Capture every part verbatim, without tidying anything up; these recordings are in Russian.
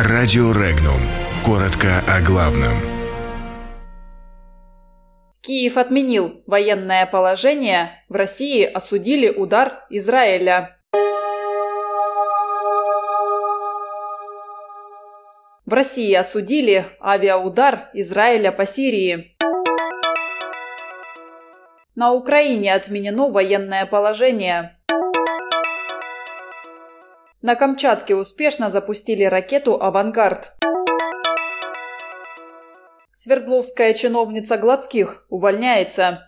Радио Регнум. Коротко о главном. Киев отменил военное положение. В России осудили удар Израиля. В России осудили авиаудар Израиля по Сирии. На Украине отменено военное положение. На Камчатке успешно запустили ракету «Авангард». Свердловская чиновница Гладских увольняется.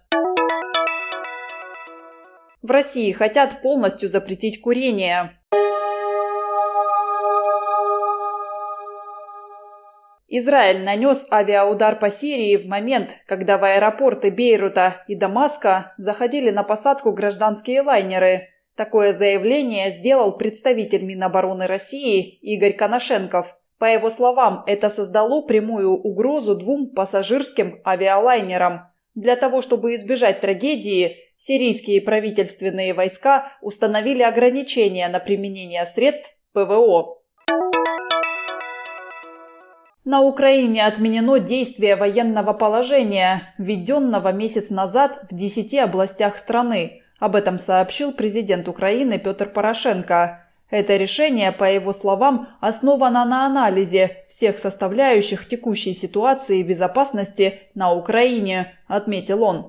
В России хотят полностью запретить курение. Израиль нанес авиаудар по Сирии в момент, когда в аэропорты Бейрута и Дамаска заходили на посадку гражданские лайнеры. Такое заявление сделал представитель Минобороны России Игорь Коношенков. По его словам, это создало прямую угрозу двум пассажирским авиалайнерам. Для того, чтобы избежать трагедии, сирийские правительственные войска установили ограничения на применение средств ПВО. На Украине отменено действие военного положения, введенного месяц назад в десяти областях страны. Об этом сообщил президент Украины Петр Порошенко. Это решение, по его словам, основано на анализе всех составляющих текущей ситуации безопасности на Украине, отметил он.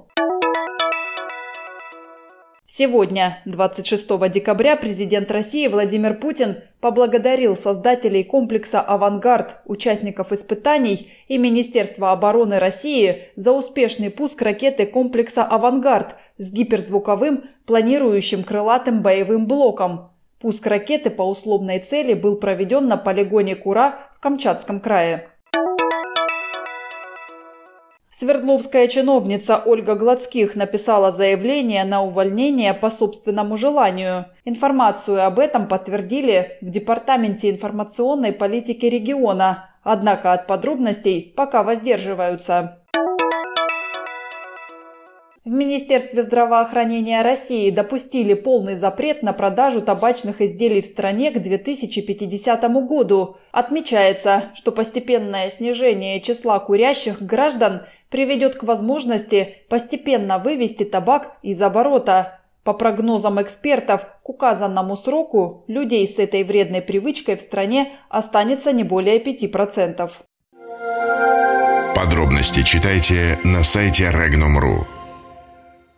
Сегодня, двадцать шестого декабря, президент России Владимир Путин поблагодарил создателей комплекса «Авангард», участников испытаний и Министерства обороны России за успешный пуск ракеты комплекса «Авангард» с гиперзвуковым планирующим крылатым боевым блоком. Пуск ракеты по условной цели был проведен на полигоне Кура в Камчатском крае. Свердловская чиновница Ольга Гладских написала заявление на увольнение по собственному желанию. Информацию об этом подтвердили в Департаменте информационной политики региона, однако от подробностей пока воздерживаются. В Министерстве здравоохранения России допустили полный запрет на продажу табачных изделий в стране к две тысячи пятидесятому году. Отмечается, что постепенное снижение числа курящих граждан приведет к возможности постепенно вывести табак из оборота. По прогнозам экспертов, к указанному сроку людей с этой вредной привычкой в стране останется не более пяти процентов. Подробности читайте на сайте регнум точка ру.